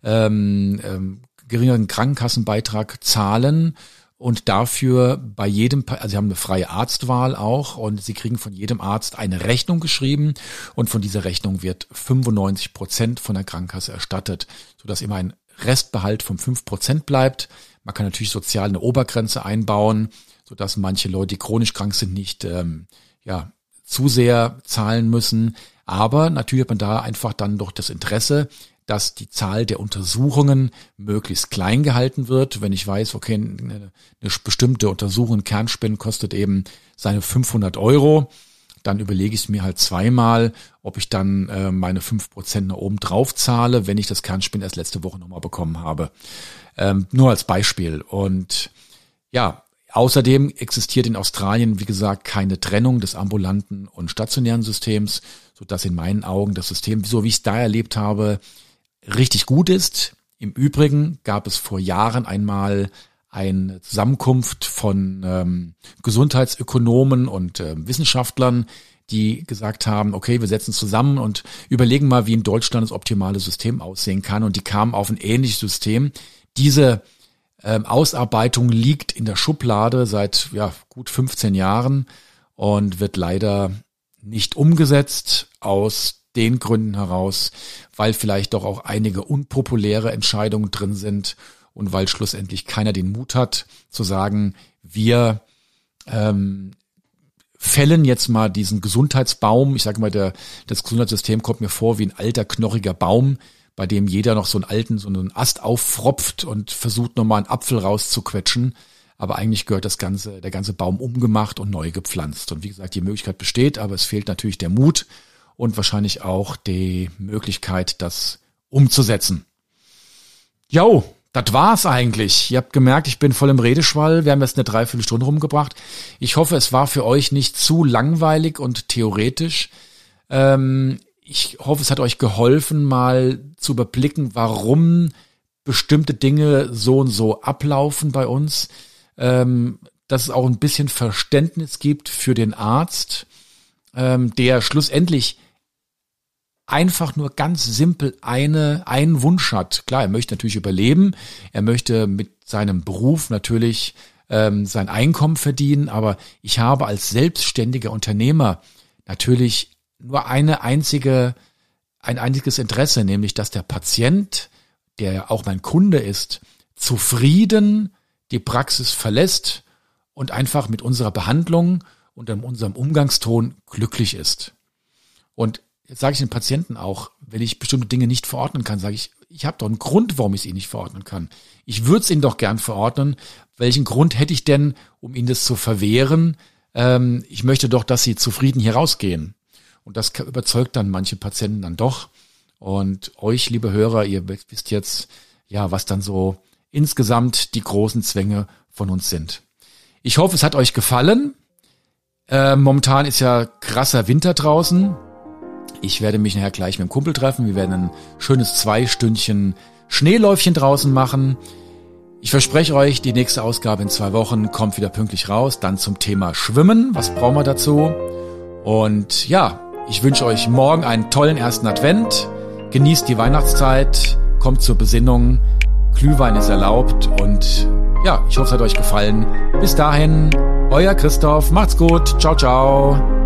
Krankenkassenbeitrag zahlen und dafür bei jedem, also sie haben eine freie Arztwahl auch und sie kriegen von jedem Arzt eine Rechnung geschrieben und von dieser Rechnung wird 95% von der Krankenkasse erstattet, sodass immer ein Restbehalt von 5% bleibt. Man kann natürlich sozial eine Obergrenze einbauen, sodass manche Leute, die chronisch krank sind, nicht zu sehr zahlen müssen. Aber natürlich hat man da einfach dann doch das Interesse, dass die Zahl der Untersuchungen möglichst klein gehalten wird. Wenn ich weiß, okay, eine bestimmte Untersuchung, Kernspinnen kostet eben seine 500 €, dann überlege ich mir halt zweimal, ob ich dann meine 5% nach oben drauf zahle, wenn ich das Kernspinnen erst letzte Woche nochmal bekommen habe. Nur als Beispiel. Und ja, außerdem existiert in Australien, wie gesagt, keine Trennung des ambulanten und stationären Systems, sodass in meinen Augen das System, so wie ich es da erlebt habe, richtig gut ist. Im Übrigen gab es vor Jahren einmal eine Zusammenkunft von Gesundheitsökonomen und Wissenschaftlern, die gesagt haben, okay, wir setzen zusammen und überlegen mal, wie in Deutschland das optimale System aussehen kann. Und die kamen auf ein ähnliches System. Diese Ausarbeitung liegt in der Schublade seit gut 15 Jahren und wird leider nicht umgesetzt aus den Gründen heraus, weil vielleicht doch auch einige unpopuläre Entscheidungen drin sind und weil schlussendlich keiner den Mut hat zu sagen, wir fällen jetzt mal diesen Gesundheitsbaum. Ich sage mal, das Gesundheitssystem kommt mir vor wie ein alter, knochiger Baum, bei dem jeder noch so einen Ast auffropft und versucht nochmal einen Apfel rauszuquetschen. Aber eigentlich gehört der ganze Baum umgemacht und neu gepflanzt. Und wie gesagt, die Möglichkeit besteht, aber es fehlt natürlich der Mut und wahrscheinlich auch die Möglichkeit, das umzusetzen. Jo, das war's eigentlich. Ihr habt gemerkt, ich bin voll im Redeschwall. Wir haben jetzt eine Dreiviertelstunde rumgebracht. Ich hoffe, es war für euch nicht zu langweilig und theoretisch. Ich hoffe, es hat euch geholfen, mal zu überblicken, warum bestimmte Dinge so und so ablaufen bei uns. Dass es auch ein bisschen Verständnis gibt für den Arzt, der schlussendlich einfach nur ganz simpel einen Wunsch hat. Klar, er möchte natürlich überleben, er möchte mit seinem Beruf natürlich sein Einkommen verdienen, aber ich habe als selbstständiger Unternehmer natürlich nur ein einziges Interesse, nämlich dass der Patient, der auch mein Kunde ist, zufrieden die Praxis verlässt und einfach mit unserer Behandlung und unserem Umgangston glücklich ist. Und jetzt sage ich den Patienten auch, wenn ich bestimmte Dinge nicht verordnen kann, sage ich habe doch einen Grund, warum ich sie nicht verordnen kann. Ich würde es Ihnen doch gern verordnen. Welchen Grund hätte ich denn, um Ihnen das zu verwehren? Ich möchte doch, dass Sie zufrieden hier rausgehen. Und das überzeugt dann manche Patienten dann doch. Und euch, liebe Hörer, ihr wisst jetzt, was dann so insgesamt die großen Zwänge von uns sind. Ich hoffe, es hat euch gefallen. Momentan ist ja krasser Winter draußen. Ich werde mich nachher gleich mit dem Kumpel treffen. Wir werden ein schönes 2 Stündchen Schneeläufchen draußen machen. Ich verspreche euch, die nächste Ausgabe in 2 Wochen kommt wieder pünktlich raus. Dann zum Thema Schwimmen. Was brauchen wir dazu? Und ja, ich wünsche euch morgen einen tollen ersten Advent. Genießt die Weihnachtszeit. Kommt zur Besinnung. Glühwein ist erlaubt. Und ja, ich hoffe, es hat euch gefallen. Bis dahin, euer Christoph. Macht's gut. Ciao, ciao.